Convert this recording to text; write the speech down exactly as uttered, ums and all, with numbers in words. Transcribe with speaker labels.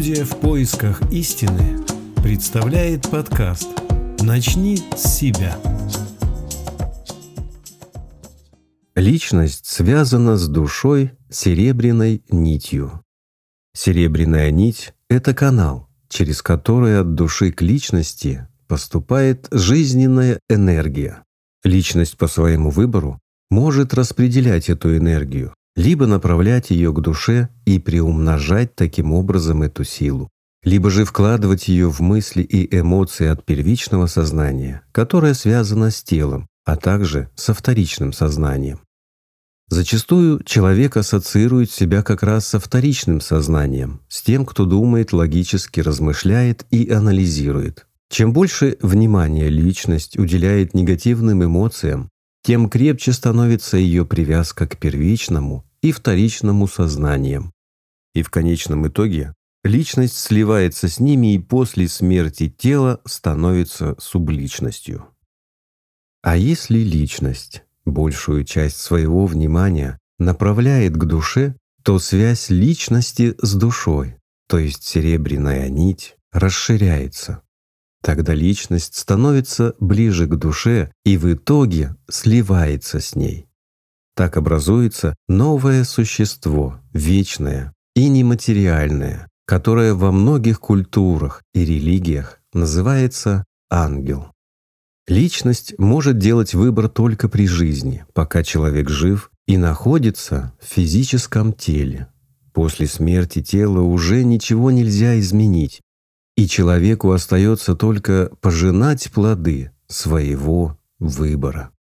Speaker 1: Студия «В поисках истины» представляет подкаст «Начни с себя».
Speaker 2: Личность связана с душой серебряной нитью. Серебряная нить – это канал, через который от души к личности поступает жизненная энергия. Личность по своему выбору может распределять эту энергию, либо направлять ее к душе и приумножать таким образом эту силу, либо же вкладывать ее в мысли и эмоции от первичного сознания, которое связано с телом, а также со вторичным сознанием. Зачастую человек ассоциирует себя как раз со вторичным сознанием, с тем, кто думает, логически размышляет и анализирует. Чем больше внимания личность уделяет негативным эмоциям, тем крепче становится ее привязка к первичному и вторичному сознаниям. И в конечном итоге личность сливается с ними и после смерти тела становится субличностью. А если личность большую часть своего внимания направляет к душе, то связь личности с душой, то есть серебряная нить, расширяется. Тогда личность становится ближе к душе и в итоге сливается с ней. Так образуется новое существо, вечное и нематериальное, которое во многих культурах и религиях называется ангел. Личность может делать выбор только при жизни, пока человек жив и находится в физическом теле. После смерти тела уже ничего нельзя изменить, и человеку остается только пожинать плоды своего выбора.